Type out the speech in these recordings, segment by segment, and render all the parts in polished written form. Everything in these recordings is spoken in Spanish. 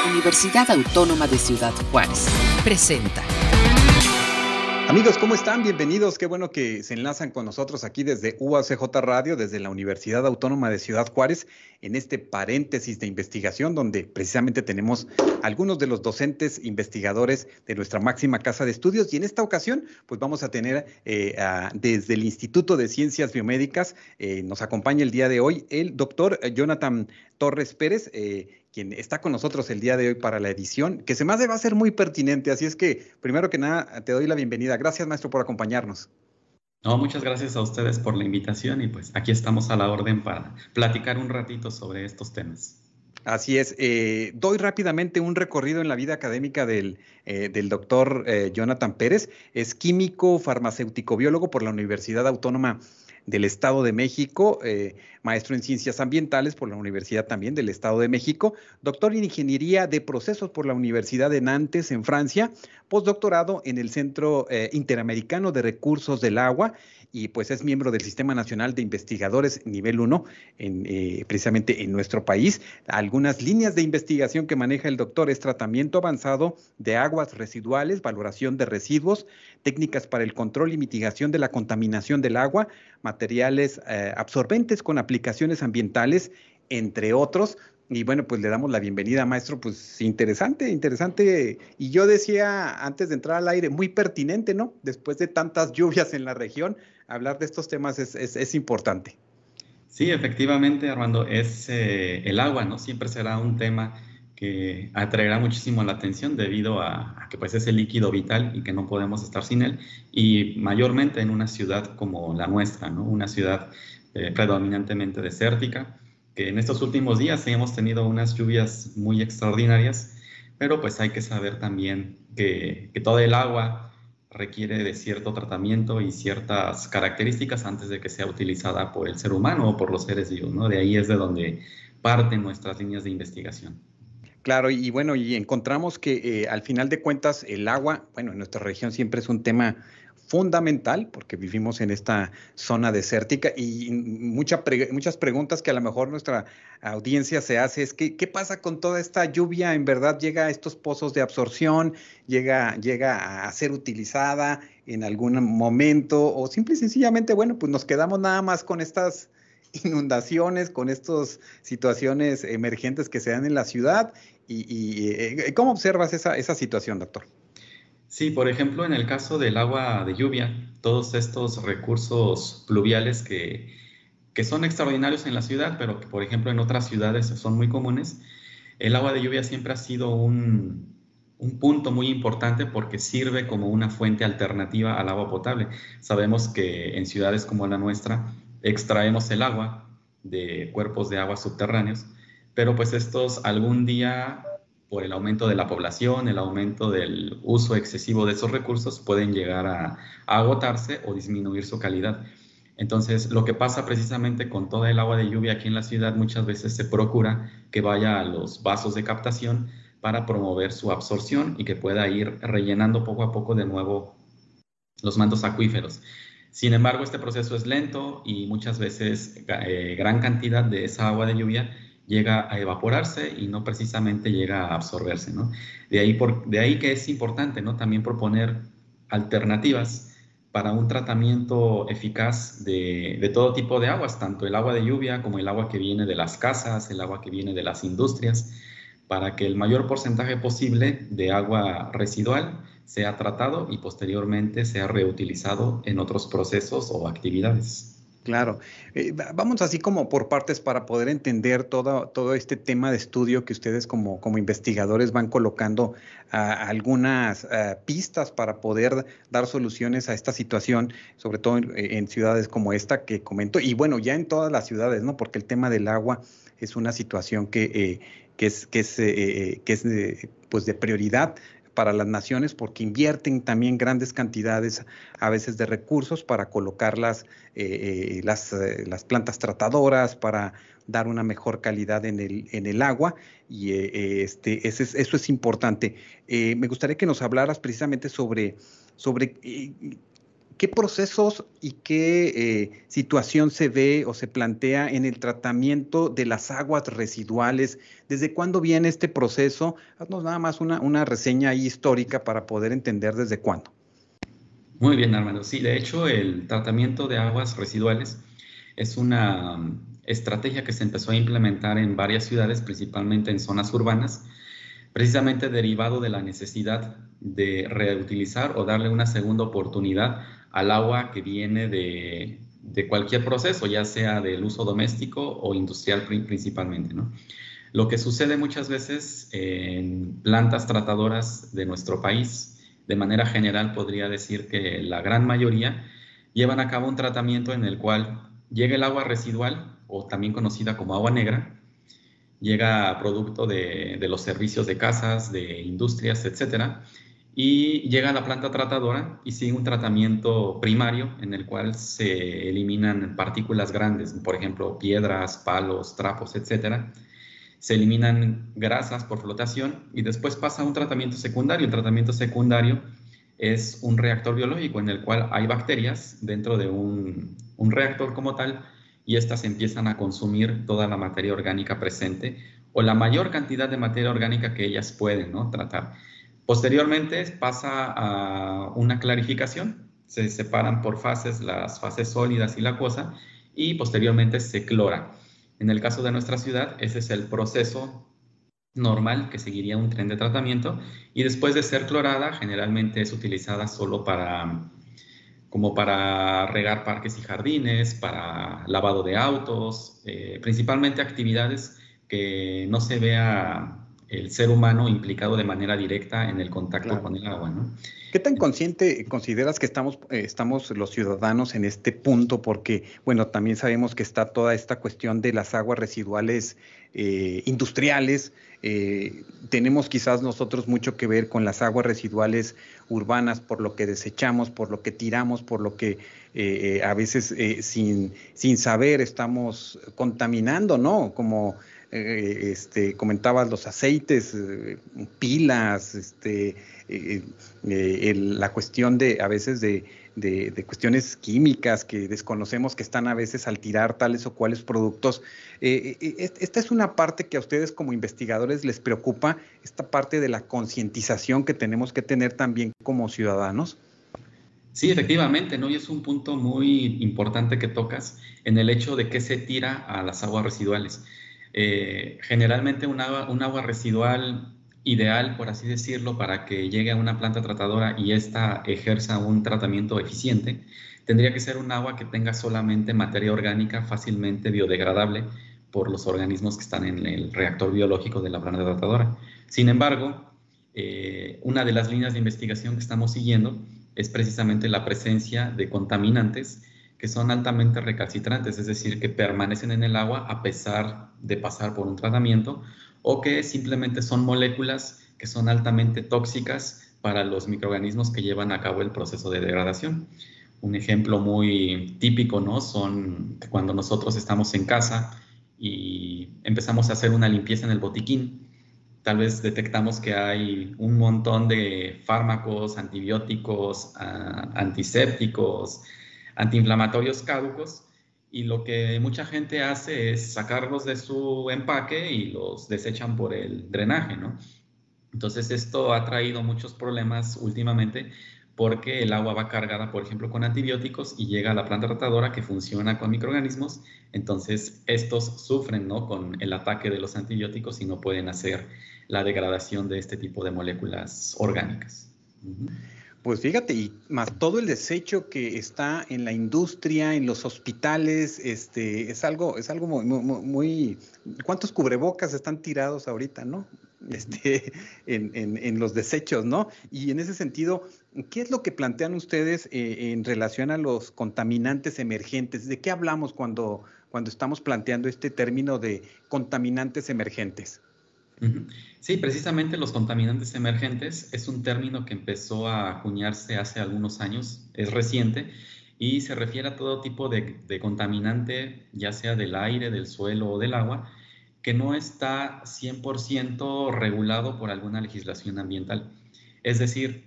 Universidad Autónoma de Ciudad Juárez presenta. Amigos, ¿cómo están? Bienvenidos. Qué bueno que se enlazan con nosotros aquí desde UACJ Radio, desde la Universidad Autónoma de Ciudad Juárez, en este paréntesis de investigación donde precisamente tenemos algunos de los docentes investigadores de nuestra máxima casa de estudios. Y en esta ocasión, pues vamos a tener desde el Instituto de Ciencias Biomédicas, nos acompaña el día de hoy el doctor Jonathan Torres Pérez, quien está con nosotros el día de hoy para la edición, que se me hace va a ser muy pertinente. Así es que, primero que nada, te doy la bienvenida. Gracias, maestro, por acompañarnos. No, muchas gracias a ustedes por la invitación y pues aquí estamos a la orden para platicar un ratito sobre estos temas. Así es. Doy rápidamente un recorrido en la vida académica del doctor Jonathan Pérez. Es químico, farmacéutico, biólogo por la Universidad Autónoma del Estado de México, maestro en Ciencias Ambientales por la Universidad también del Estado de México, doctor en Ingeniería de Procesos por la Universidad de Nantes, en Francia, postdoctorado en el Centro Interamericano de Recursos del Agua, y pues es miembro del Sistema Nacional de Investigadores Nivel 1, precisamente en nuestro país. Algunas líneas de investigación que maneja el doctor es tratamiento avanzado de aguas residuales, valoración de residuos, técnicas para el control y mitigación de la contaminación del agua, materiales absorbentes con aplicaciones ambientales, entre otros. Y bueno, pues le damos la bienvenida, maestro. Pues interesante, interesante. Y yo decía antes de entrar al aire, muy pertinente, ¿no? Después de tantas lluvias en la región, hablar de estos temas es importante. Sí, efectivamente, Armando, es el agua, ¿no? Siempre será un tema que atraerá muchísimo la atención debido a que pues es el líquido vital y que no podemos estar sin él, y mayormente en una ciudad como la nuestra, ¿no? Una ciudad predominantemente desértica, que en estos últimos días hemos tenido unas lluvias muy extraordinarias, pero pues hay que saber también que todo el agua requiere de cierto tratamiento y ciertas características antes de que sea utilizada por el ser humano o por los seres vivos, ¿no? De ahí es de donde parten nuestras líneas de investigación. Claro, y bueno, y encontramos que al final de cuentas el agua, bueno, en nuestra región siempre es un tema fundamental porque vivimos en esta zona desértica y muchas preguntas que a lo mejor nuestra audiencia se hace es que, ¿qué pasa con toda esta lluvia? ¿En verdad llega a estos pozos de absorción? ¿Llega a ser utilizada en algún momento? O simple y sencillamente, bueno, pues nos quedamos nada más con estas inundaciones, con estas situaciones emergentes que se dan en la ciudad. ¿Cómo observas esa situación, doctor? Sí, por ejemplo, en el caso del agua de lluvia, todos estos recursos pluviales que son extraordinarios en la ciudad, pero que, por ejemplo, en otras ciudades son muy comunes, el agua de lluvia siempre ha sido un punto muy importante porque sirve como una fuente alternativa al agua potable. Sabemos que en ciudades como la nuestra extraemos el agua de cuerpos de agua subterráneos, pero pues estos algún día, por el aumento de la población, el aumento del uso excesivo de esos recursos, pueden llegar a agotarse o disminuir su calidad. Entonces, lo que pasa precisamente con toda el agua de lluvia aquí en la ciudad, muchas veces se procura que vaya a los vasos de captación para promover su absorción y que pueda ir rellenando poco a poco de nuevo los mantos acuíferos. Sin embargo, este proceso es lento y muchas veces gran cantidad de esa agua de lluvia llega a evaporarse y no precisamente llega a absorberse, ¿no? De ahí que es importante, ¿no? También proponer alternativas para un tratamiento eficaz de todo tipo de aguas, tanto el agua de lluvia como el agua que viene de las casas, el agua que viene de las industrias, para que el mayor porcentaje posible de agua residual sea tratado y posteriormente sea reutilizado en otros procesos o actividades. Claro. Vamos así como por partes para poder entender todo este tema de estudio que ustedes como investigadores van colocando algunas pistas para poder dar soluciones a esta situación, sobre todo en ciudades como esta que comento, y bueno, ya en todas las ciudades, ¿no? Porque el tema del agua es una situación que es pues de prioridad para las naciones porque invierten también grandes cantidades a veces de recursos para colocar las plantas tratadoras, para dar una mejor calidad en el agua y eso es importante. Me gustaría que nos hablaras precisamente sobre ¿qué procesos y qué situación se ve o se plantea en el tratamiento de las aguas residuales? ¿Desde cuándo viene este proceso? Haznos nada más una reseña ahí histórica para poder entender desde cuándo. Muy bien, Armando. Sí, de hecho, el tratamiento de aguas residuales es una estrategia que se empezó a implementar en varias ciudades, principalmente en zonas urbanas, precisamente derivado de la necesidad de reutilizar o darle una segunda oportunidad al agua que viene de cualquier proceso, ya sea del uso doméstico o industrial principalmente, ¿no? Lo que sucede muchas veces en plantas tratadoras de nuestro país, de manera general podría decir que la gran mayoría llevan a cabo un tratamiento en el cual llega el agua residual, o también conocida como agua negra, llega producto de los servicios de casas, de industrias, etcétera, y llega a la planta tratadora y sigue un tratamiento primario en el cual se eliminan partículas grandes, por ejemplo, piedras, palos, trapos, etcétera. Se eliminan grasas por flotación y después pasa a un tratamiento secundario. El tratamiento secundario es un reactor biológico en el cual hay bacterias dentro de un reactor como tal, y estas empiezan a consumir toda la materia orgánica presente o la mayor cantidad de materia orgánica que ellas pueden, ¿no?, tratar. Posteriormente pasa a una clarificación, se separan por fases las fases sólidas y la acuosa, y posteriormente se clora. En el caso de nuestra ciudad, ese es el proceso normal que seguiría un tren de tratamiento, y después de ser clorada, generalmente es utilizada solo como para regar parques y jardines, para lavado de autos, principalmente actividades que no se vea el ser humano implicado de manera directa en el contacto con el agua, ¿no? ¿Qué tan consciente consideras que estamos los ciudadanos en este punto? Porque, bueno, también sabemos que está toda esta cuestión de las aguas residuales industriales. Tenemos quizás nosotros mucho que ver con las aguas residuales urbanas, por lo que desechamos, por lo que tiramos, por lo que a veces sin saber estamos contaminando, ¿no? Como comentabas, los aceites, pilas, la cuestión de a veces de cuestiones químicas que desconocemos que están a veces al tirar tales o cuales productos. Esta es una parte que a ustedes como investigadores les preocupa, esta parte de la concientización que tenemos que tener también como ciudadanos. Sí, efectivamente, ¿no? Y es un punto muy importante que tocas en el hecho de qué se tira a las aguas residuales. Generalmente un agua residual ideal, por así decirlo, para que llegue a una planta tratadora y ésta ejerza un tratamiento eficiente, tendría que ser un agua que tenga solamente materia orgánica fácilmente biodegradable por los organismos que están en el reactor biológico de la planta tratadora. Sin embargo, una de las líneas de investigación que estamos siguiendo es precisamente la presencia de contaminantes que son altamente recalcitrantes, es decir, que permanecen en el agua a pesar de pasar por un tratamiento, o que simplemente son moléculas que son altamente tóxicas para los microorganismos que llevan a cabo el proceso de degradación. Un ejemplo muy típico, ¿no?, son cuando nosotros estamos en casa y empezamos a hacer una limpieza en el botiquín. Tal vez detectamos que hay un montón de fármacos, antibióticos, antisépticos, antiinflamatorios caducos, y lo que mucha gente hace es sacarlos de su empaque y los desechan por el drenaje, ¿no? Entonces esto ha traído muchos problemas últimamente, porque el agua va cargada, por ejemplo, con antibióticos y llega a la planta tratadora que funciona con microorganismos. Entonces estos sufren, ¿no?, con el ataque de los antibióticos y no pueden hacer la degradación de este tipo de moléculas orgánicas. Pues fíjate, y más todo el desecho que está en la industria, en los hospitales, es algo muy. ¿Cuántos cubrebocas están tirados ahorita, no? En los desechos, ¿no? Y en ese sentido, ¿qué es lo que plantean ustedes en relación a los contaminantes emergentes? ¿De qué hablamos cuando estamos planteando este término de contaminantes emergentes? Sí, precisamente los contaminantes emergentes es un término que empezó a acuñarse hace algunos años, es reciente, y se refiere a todo tipo de contaminante, ya sea del aire, del suelo o del agua, que no está 100% regulado por alguna legislación ambiental. Es decir,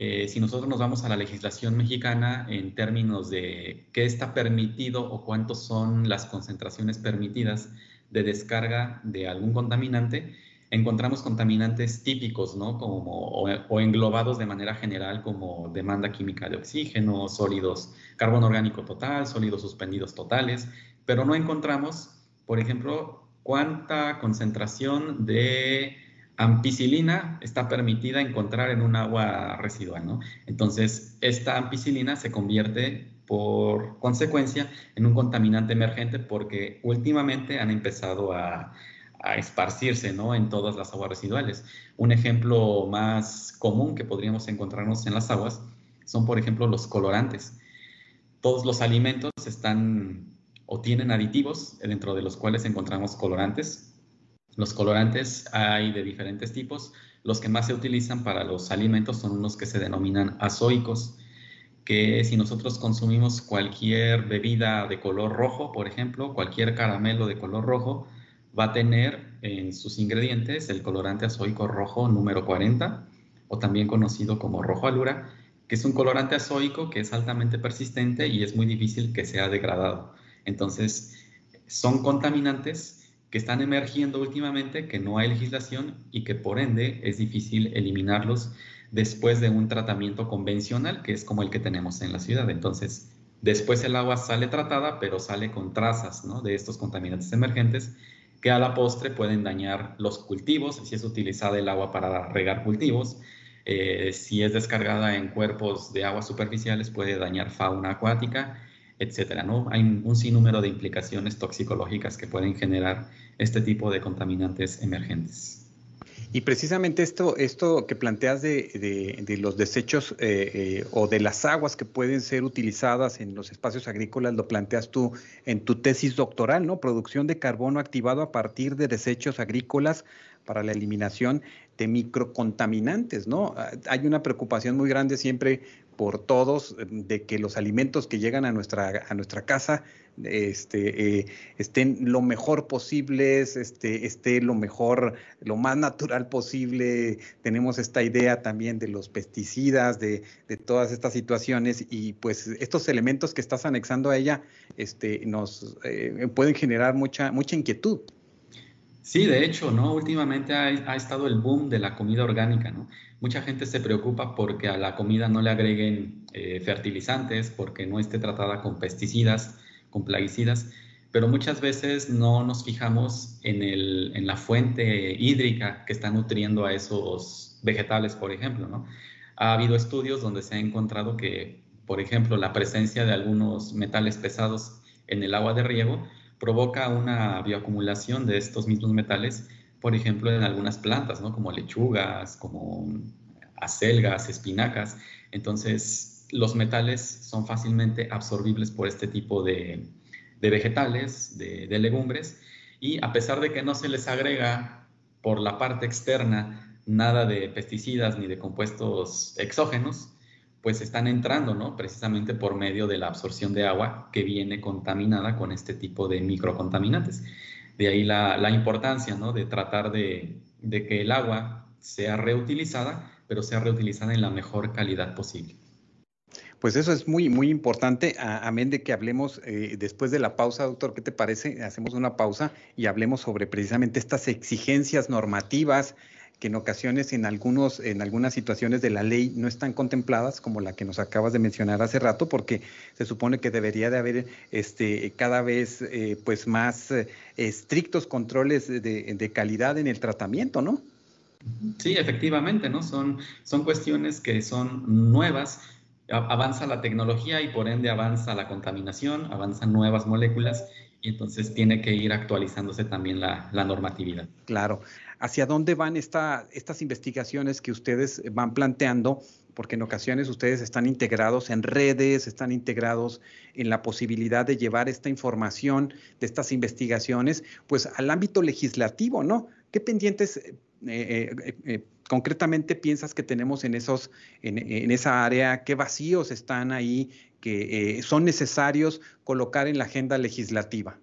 Si nosotros nos vamos a la legislación mexicana en términos de qué está permitido o cuántos son las concentraciones permitidas de descarga de algún contaminante, encontramos contaminantes típicos, ¿no? O englobados de manera general como demanda química de oxígeno, sólidos, carbono orgánico total, sólidos suspendidos totales, pero no encontramos, por ejemplo, cuánta concentración de ampicilina está permitida encontrar en un agua residual, ¿no? Entonces, esta ampicilina se convierte por consecuencia en un contaminante emergente porque últimamente han empezado a esparcirse, ¿no? En todas las aguas residuales. Un ejemplo más común que podríamos encontrarnos en las aguas son, por ejemplo, los colorantes. Todos los alimentos están o tienen aditivos dentro de los cuales encontramos colorantes. Los colorantes hay de diferentes tipos. Los que más se utilizan para los alimentos son los que se denominan azoicos, que si nosotros consumimos cualquier bebida de color rojo, por ejemplo, cualquier caramelo de color rojo, va a tener en sus ingredientes el colorante azoico rojo número 40, o también conocido como rojo alura, que es un colorante azoico que es altamente persistente y es muy difícil que sea degradado. Entonces, son contaminantes que están emergiendo últimamente, que no hay legislación y que por ende es difícil eliminarlos después de un tratamiento convencional, que es como el que tenemos en la ciudad. Entonces, después el agua sale tratada, pero sale con trazas, ¿no?, de estos contaminantes emergentes que a la postre pueden dañar los cultivos, si es utilizada el agua para regar cultivos, si es descargada en cuerpos de aguas superficiales puede dañar fauna acuática, etcétera, ¿no? Hay un sinnúmero de implicaciones toxicológicas que pueden generar este tipo de contaminantes emergentes. Y precisamente esto que planteas de los desechos o de las aguas que pueden ser utilizadas en los espacios agrícolas, lo planteas tú en tu tesis doctoral, ¿no? Producción de carbono activado a partir de desechos agrícolas para la eliminación de microcontaminantes, ¿no? Hay una preocupación muy grande siempre por todos de que los alimentos que llegan a nuestra casa estén lo mejor posibles, esté lo mejor, lo más natural posible. Tenemos esta idea también de los pesticidas, de todas estas situaciones, y pues estos elementos que estás anexando a ella nos pueden generar mucha inquietud. Sí, de hecho, ¿no? Últimamente ha estado el boom de la comida orgánica, ¿no? Mucha gente se preocupa porque a la comida no le agreguen fertilizantes, porque no esté tratada con pesticidas, con plaguicidas, pero muchas veces no nos fijamos en la fuente hídrica que está nutriendo a esos vegetales, por ejemplo, ¿no? Ha habido estudios donde se ha encontrado que, por ejemplo, la presencia de algunos metales pesados en el agua de riego provoca una bioacumulación de estos mismos metales, por ejemplo, en algunas plantas, ¿no? Como lechugas, como acelgas, espinacas. Entonces, los metales son fácilmente absorbibles por este tipo de vegetales, de legumbres, y a pesar de que no se les agrega por la parte externa nada de pesticidas ni de compuestos exógenos, pues están entrando, ¿no? Precisamente por medio de la absorción de agua que viene contaminada con este tipo de microcontaminantes. De ahí la importancia, ¿no?, de tratar de que el agua sea reutilizada, pero sea reutilizada en la mejor calidad posible. Pues eso es muy, muy importante, amén de que hablemos después de la pausa, doctor. ¿Qué te parece? Hacemos una pausa y hablemos sobre precisamente estas exigencias normativas que en ocasiones en algunas situaciones de la ley no están contempladas, como la que nos acabas de mencionar hace rato, porque se supone que debería de haber cada vez pues más estrictos controles de calidad en el tratamiento, ¿no? Sí, efectivamente, ¿no? Son cuestiones que son nuevas. Avanza la tecnología y por ende avanza la contaminación, avanzan nuevas moléculas y entonces tiene que ir actualizándose también la normatividad. Claro. ¿Hacia dónde van estas investigaciones que ustedes van planteando? Porque en ocasiones ustedes están integrados en redes, están integrados en la posibilidad de llevar esta información de estas investigaciones, pues al ámbito legislativo, ¿no? ¿Qué pendientes concretamente piensas que tenemos en esa área? ¿Qué vacíos están ahí que son necesarios colocar en la agenda legislativa?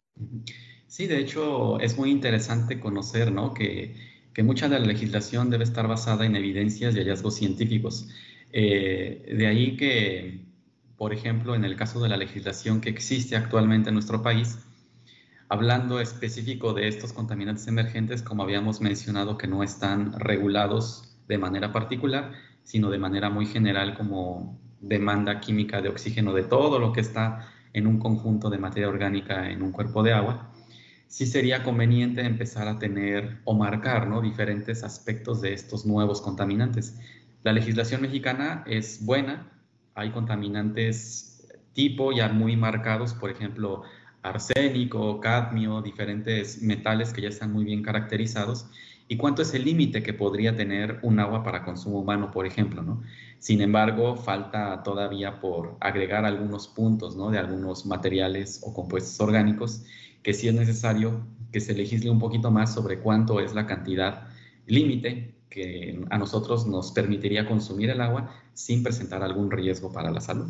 Sí, de hecho es muy interesante conocer, ¿no?, que mucha de la legislación debe estar basada en evidencias y hallazgos científicos. De ahí que, por ejemplo, en el caso de la legislación que existe actualmente en nuestro país, hablando específico de estos contaminantes emergentes, como habíamos mencionado, que no están regulados de manera particular, sino de manera muy general como demanda química de oxígeno de todo lo que está en un conjunto de materia orgánica en un cuerpo de agua, sí sería conveniente empezar a tener o marcar, ¿no?, diferentes aspectos de estos nuevos contaminantes. La legislación mexicana es buena, hay contaminantes tipo ya muy marcados, por ejemplo, arsénico, cadmio, diferentes metales que ya están muy bien caracterizados. ¿Y cuánto es el límite que podría tener un agua para consumo humano, por ejemplo, ¿no? Sin embargo, falta todavía por agregar algunos puntos, ¿no?, de algunos materiales o compuestos orgánicos, que sí es necesario que se legisle un poquito más sobre cuánto es la cantidad límite que a nosotros nos permitiría consumir el agua sin presentar algún riesgo para la salud.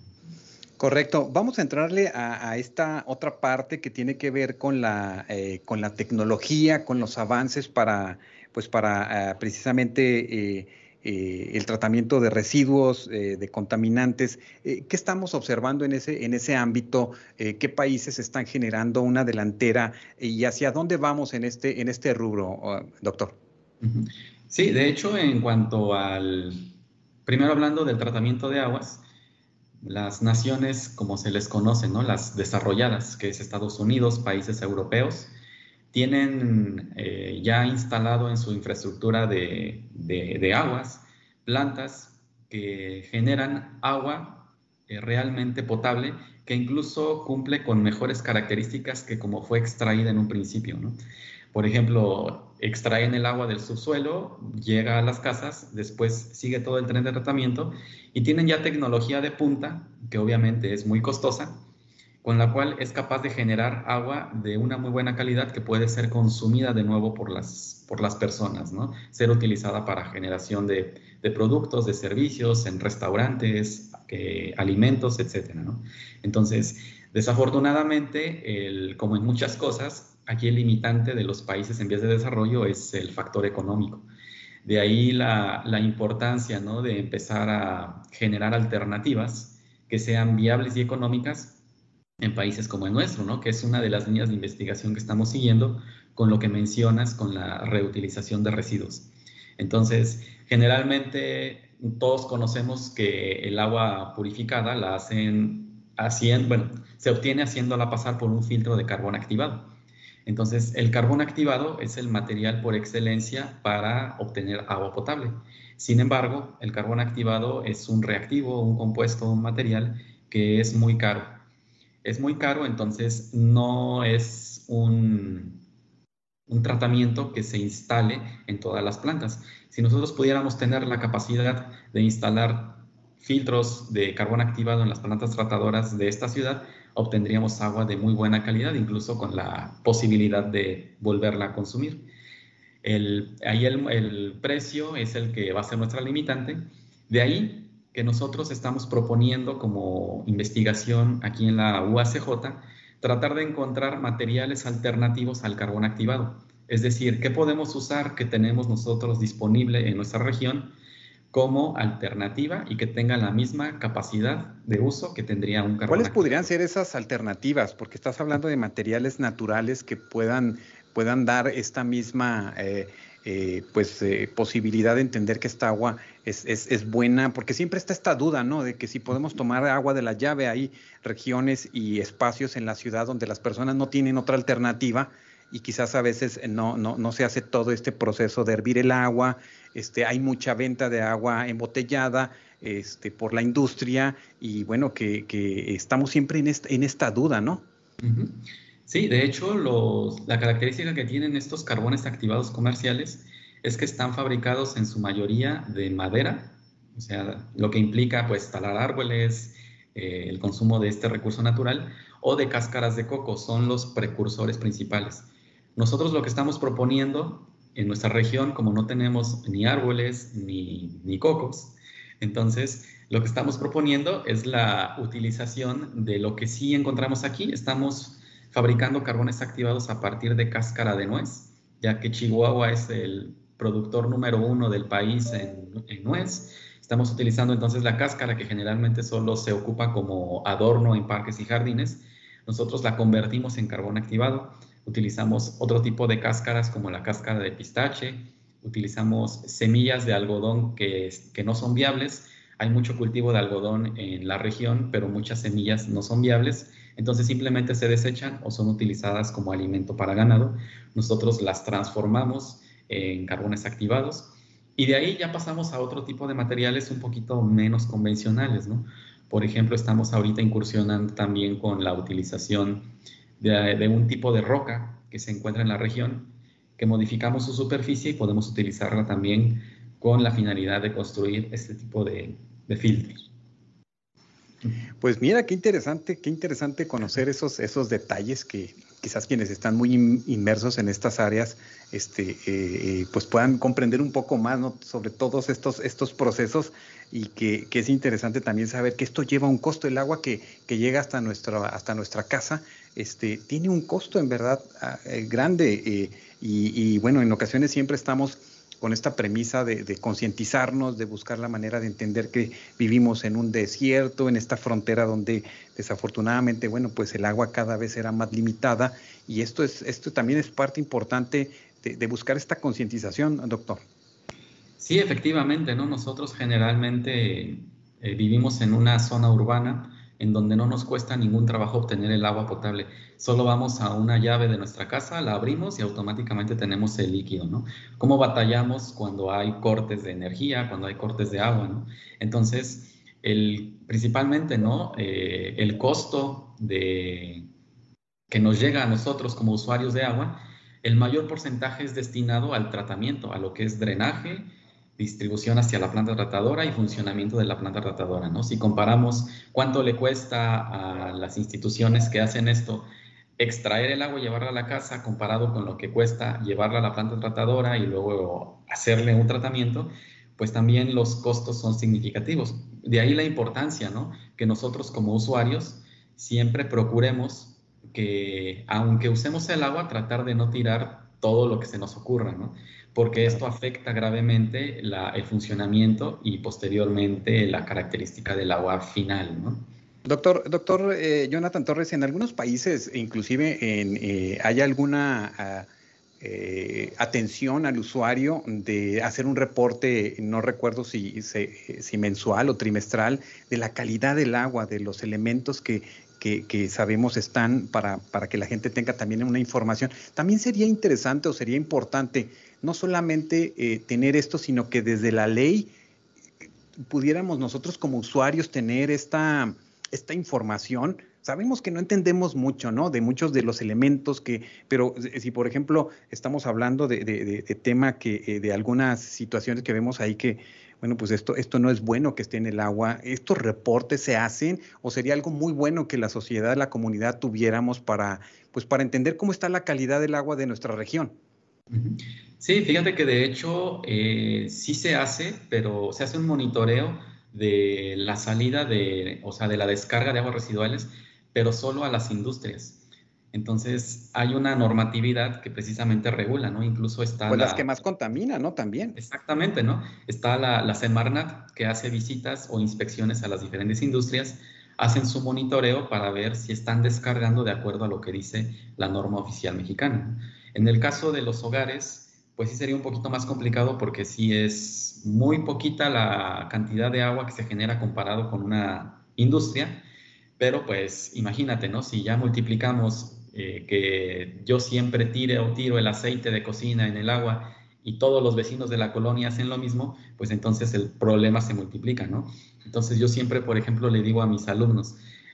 Correcto. Vamos a entrarle a esta otra parte que tiene que ver con la tecnología, con los avances pues para precisamente el tratamiento de residuos, de contaminantes. ¿Qué estamos observando en ese ámbito? ¿Qué países están generando una delantera y hacia dónde vamos en este rubro, doctor? Sí, de hecho, en cuanto primero hablando del tratamiento de aguas, las naciones, como se les conoce, ¿no?, las desarrolladas, que es Estados Unidos, países europeos, tienen ya instalado en su infraestructura de aguas plantas que generan agua realmente potable, que incluso cumple con mejores características que como fue extraída en un principio, ¿no? Por ejemplo, extraen el agua del subsuelo, llega a las casas, después sigue todo el tren de tratamiento y tienen ya tecnología de punta, que obviamente es muy costosa, con la cual es capaz de generar agua de una muy buena calidad que puede ser consumida de nuevo por las personas, ¿no? Ser utilizada para generación de productos, de servicios, en restaurantes, alimentos, etcétera, ¿no? Entonces, desafortunadamente, como en muchas cosas, aquí el limitante de los países en vías de desarrollo es el factor económico. De ahí la importancia, ¿no?, de empezar a generar alternativas que sean viables y económicas en países como el nuestro, ¿no?, que es una de las líneas de investigación que estamos siguiendo con lo que mencionas con la reutilización de residuos. Entonces, generalmente todos conocemos que el agua purificada se obtiene haciéndola pasar por un filtro de carbón activado. Entonces, el carbón activado es el material por excelencia para obtener agua potable. Sin embargo, el carbón activado es un reactivo, un compuesto, un material que es muy caro. Es muy caro, entonces no es un tratamiento que se instale en todas las plantas. Si nosotros pudiéramos tener la capacidad de instalar filtros de carbón activado en las plantas tratadoras de esta ciudad, obtendríamos agua de muy buena calidad, incluso con la posibilidad de volverla a consumir. Ahí el precio es el que va a ser nuestra limitante. De ahí que nosotros estamos proponiendo como investigación aquí en la UACJ, tratar de encontrar materiales alternativos al carbón activado. Es decir, ¿qué podemos usar que tenemos nosotros disponible en nuestra región como alternativa y que tenga la misma capacidad de uso que tendría un carbón ¿Cuáles activado? podrían ser esas alternativas? Porque estás hablando de materiales naturales que puedan dar esta misma posibilidad de entender que esta agua es buena, porque siempre está esta duda, ¿no? De que si podemos tomar agua de la llave, hay regiones y espacios en la ciudad donde las personas no tienen otra alternativa y quizás a veces no se hace todo este proceso de hervir el agua, hay mucha venta de agua embotellada por la industria y bueno, que estamos siempre en esta duda, ¿no? Uh-huh. Sí, de hecho, la característica que tienen estos carbones activados comerciales es que están fabricados en su mayoría de madera, o sea, lo que implica pues talar árboles, el consumo de este recurso natural, o de cáscaras de coco, son los precursores principales. Nosotros lo que estamos proponiendo en nuestra región, como no tenemos ni árboles ni cocos, entonces lo que estamos proponiendo es la utilización de lo que sí encontramos aquí. Estamos fabricando carbones activados a partir de cáscara de nuez, ya que Chihuahua es el productor número 1 del país en nuez. Estamos utilizando entonces la cáscara, que generalmente solo se ocupa como adorno en parques y jardines. Nosotros la convertimos en carbón activado. Utilizamos otro tipo de cáscaras como la cáscara de pistache. Utilizamos semillas de algodón que no son viables. Hay mucho cultivo de algodón en la región, pero muchas semillas no son viables. Entonces simplemente se desechan o son utilizadas como alimento para ganado. Nosotros las transformamos en carbones activados. Y de ahí ya pasamos a otro tipo de materiales un poquito menos convencionales, ¿no? Por ejemplo, estamos ahorita incursionando también con la utilización de un tipo de roca que se encuentra en la región, que modificamos su superficie y podemos utilizarla también con la finalidad de construir este tipo de filtros. Pues mira, qué interesante conocer esos detalles que quizás quienes están muy inmersos en estas áreas, pues puedan comprender un poco más, ¿no? Sobre todos estos procesos y que es interesante también saber que esto lleva un costo. El agua que llega hasta nuestra casa, tiene un costo en verdad grande y bueno, en ocasiones siempre estamos con esta premisa de concientizarnos, de buscar la manera de entender que vivimos en un desierto, en esta frontera donde desafortunadamente, bueno, pues el agua cada vez será más limitada y esto también es parte importante de buscar esta concientización, doctor. Sí, efectivamente, ¿no? Nosotros generalmente vivimos en una zona urbana en donde no nos cuesta ningún trabajo obtener el agua potable. Solo vamos a una llave de nuestra casa, la abrimos y automáticamente tenemos el líquido, ¿no? ¿Cómo batallamos cuando hay cortes de energía, cuando hay cortes de agua, ¿no? Entonces, principalmente, ¿no? El costo que nos llega a nosotros como usuarios de agua, el mayor porcentaje es destinado al tratamiento, a lo que es drenaje, distribución hacia la planta tratadora y funcionamiento de la planta tratadora, ¿no? Si comparamos cuánto le cuesta a las instituciones que hacen esto extraer el agua y llevarla a la casa comparado con lo que cuesta llevarla a la planta tratadora y luego hacerle un tratamiento, pues también los costos son significativos. De ahí la importancia, ¿no? Que nosotros como usuarios siempre procuremos que, aunque usemos el agua, tratar de no tirar todo lo que se nos ocurra, ¿no? Porque esto afecta gravemente el funcionamiento y posteriormente la característica del agua final, ¿no? Doctor Jonathan Torres, en algunos países, inclusive hay alguna atención al usuario de hacer un reporte, no recuerdo si mensual o trimestral, de la calidad del agua, de los elementos que sabemos están para que la gente tenga también una información. También sería interesante o sería importante no solamente tener esto, sino que desde la ley pudiéramos nosotros como usuarios tener esta información. Sabemos que no entendemos mucho, ¿no? De muchos de los elementos pero si por ejemplo estamos hablando de tema de algunas situaciones que vemos ahí que, bueno, pues esto no es bueno que esté en el agua, ¿estos reportes se hacen o sería algo muy bueno que la sociedad, la comunidad tuviéramos para entender cómo está la calidad del agua de nuestra región? Sí, fíjate que de hecho sí se hace, pero se hace un monitoreo de la salida o sea, de la descarga de aguas residuales, pero solo a las industrias. Entonces hay una normatividad que precisamente regula, ¿no? Incluso está Pues las que más contaminan, ¿no? También. Exactamente, ¿no? Está la Semarnat, que hace visitas o inspecciones a las diferentes industrias, hacen su monitoreo para ver si están descargando de acuerdo a lo que dice la norma oficial mexicana. En el caso de los hogares, pues sí sería un poquito más complicado porque sí es muy poquita la cantidad de agua que se genera comparado con una industria, pero pues imagínate, ¿no? Si ya multiplicamos que yo siempre tiro el aceite de cocina en el agua y todos los vecinos de la colonia hacen lo mismo, pues entonces el problema se multiplica, ¿no? Entonces yo siempre, por ejemplo, le digo a mis alumnos,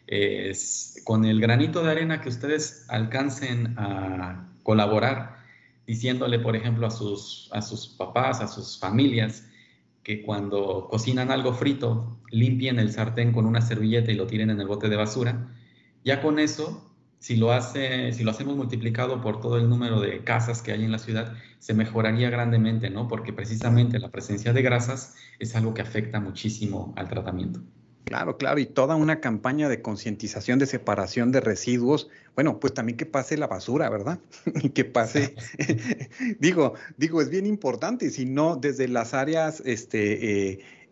con el granito de arena que ustedes alcancen a colaborar, diciéndole, por ejemplo, a sus papás, a sus familias, que cuando cocinan algo frito, limpien el sartén con una servilleta y lo tiren en el bote de basura. Ya con eso, si lo hacemos multiplicado por todo el número de casas que hay en la ciudad, se mejoraría grandemente, ¿no? Porque precisamente la presencia de grasas es algo que afecta muchísimo al tratamiento. Claro, claro, y toda una campaña de concientización de separación de residuos. Bueno, pues también que pase la basura, ¿verdad? Y que pase, digo, es bien importante, si no desde las áreas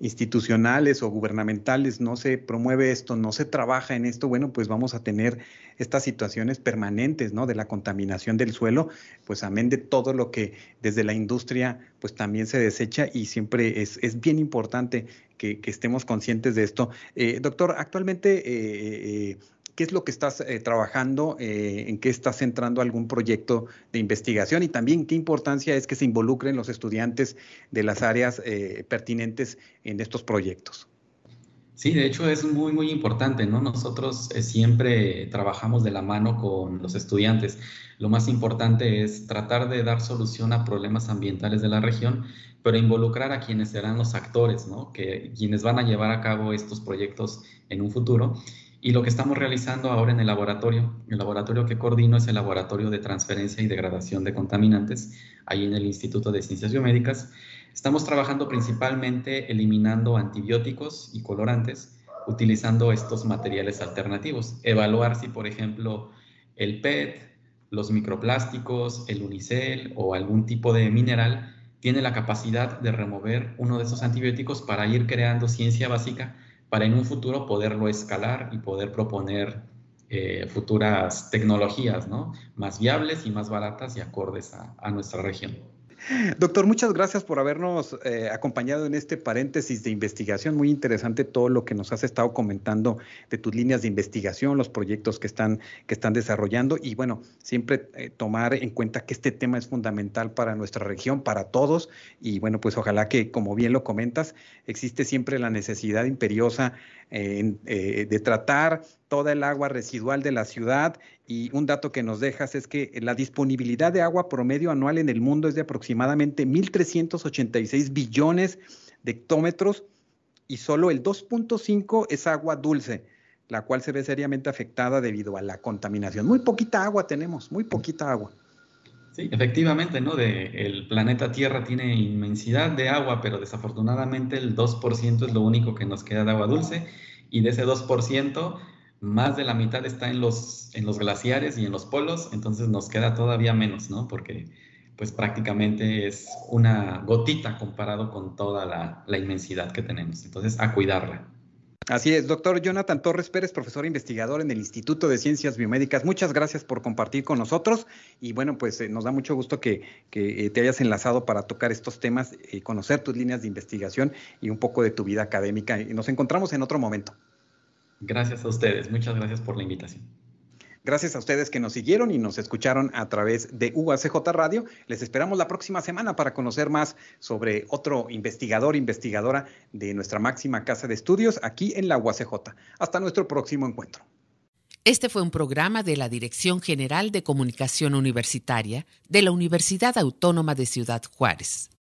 institucionales o gubernamentales no se promueve esto, no se trabaja en esto, bueno, pues vamos a tener estas situaciones permanentes, ¿no? De la contaminación del suelo, pues amén de todo lo que desde la industria pues también se desecha, y siempre es bien importante que estemos conscientes de esto. Doctor, actualmente, ¿qué es lo que estás trabajando? ¿En qué estás centrando algún proyecto de investigación? Y también, ¿qué importancia es que se involucren los estudiantes de las áreas pertinentes en estos proyectos? Sí, de hecho es muy, muy importante, ¿no? Nosotros siempre trabajamos de la mano con los estudiantes. Lo más importante es tratar de dar solución a problemas ambientales de la región, pero involucrar a quienes serán los actores, ¿no? Quienes van a llevar a cabo estos proyectos en un futuro. Y lo que estamos realizando ahora en el laboratorio que coordino es el Laboratorio de Transferencia y Degradación de Contaminantes, ahí en el Instituto de Ciencias Biomédicas. Estamos trabajando principalmente eliminando antibióticos y colorantes, utilizando estos materiales alternativos. Evaluar si, por ejemplo, el PET, los microplásticos, el unicel o algún tipo de mineral tiene la capacidad de remover uno de esos antibióticos para ir creando ciencia básica para en un futuro poderlo escalar y poder proponer futuras tecnologías, ¿no? Más viables y más baratas y acordes a nuestra región. Doctor, muchas gracias por habernos acompañado en este paréntesis de investigación. Muy interesante todo lo que nos has estado comentando de tus líneas de investigación, los proyectos que están desarrollando, y bueno, siempre tomar en cuenta que este tema es fundamental para nuestra región, para todos, y bueno, pues ojalá que, como bien lo comentas, existe siempre la necesidad imperiosa de tratar toda el agua residual de la ciudad. Y un dato que nos dejas es que la disponibilidad de agua promedio anual en el mundo es de aproximadamente 1.386 billones de hectómetros, y solo el 2.5 es agua dulce, la cual se ve seriamente afectada debido a la contaminación. Muy poquita agua tenemos, muy poquita agua. Sí, efectivamente, ¿no? El planeta Tierra tiene inmensidad de agua, pero desafortunadamente el 2% es lo único que nos queda de agua dulce, y de ese 2%, más de la mitad está en los glaciares y en los polos, entonces nos queda todavía menos, ¿no? Porque pues prácticamente es una gotita comparado con toda la inmensidad que tenemos. Entonces, a cuidarla. Así es, doctor Jonathan Torres Pérez, profesor investigador en el Instituto de Ciencias Biomédicas. Muchas gracias por compartir con nosotros, y bueno, pues nos da mucho gusto que te hayas enlazado para tocar estos temas, conocer tus líneas de investigación y un poco de tu vida académica. Y nos encontramos en otro momento. Gracias a ustedes, muchas gracias por la invitación. Gracias a ustedes que nos siguieron y nos escucharon a través de UACJ Radio. Les esperamos la próxima semana para conocer más sobre otro investigador, investigadora de nuestra máxima casa de estudios aquí en la UACJ. Hasta nuestro próximo encuentro. Este fue un programa de la Dirección General de Comunicación Universitaria de la Universidad Autónoma de Ciudad Juárez.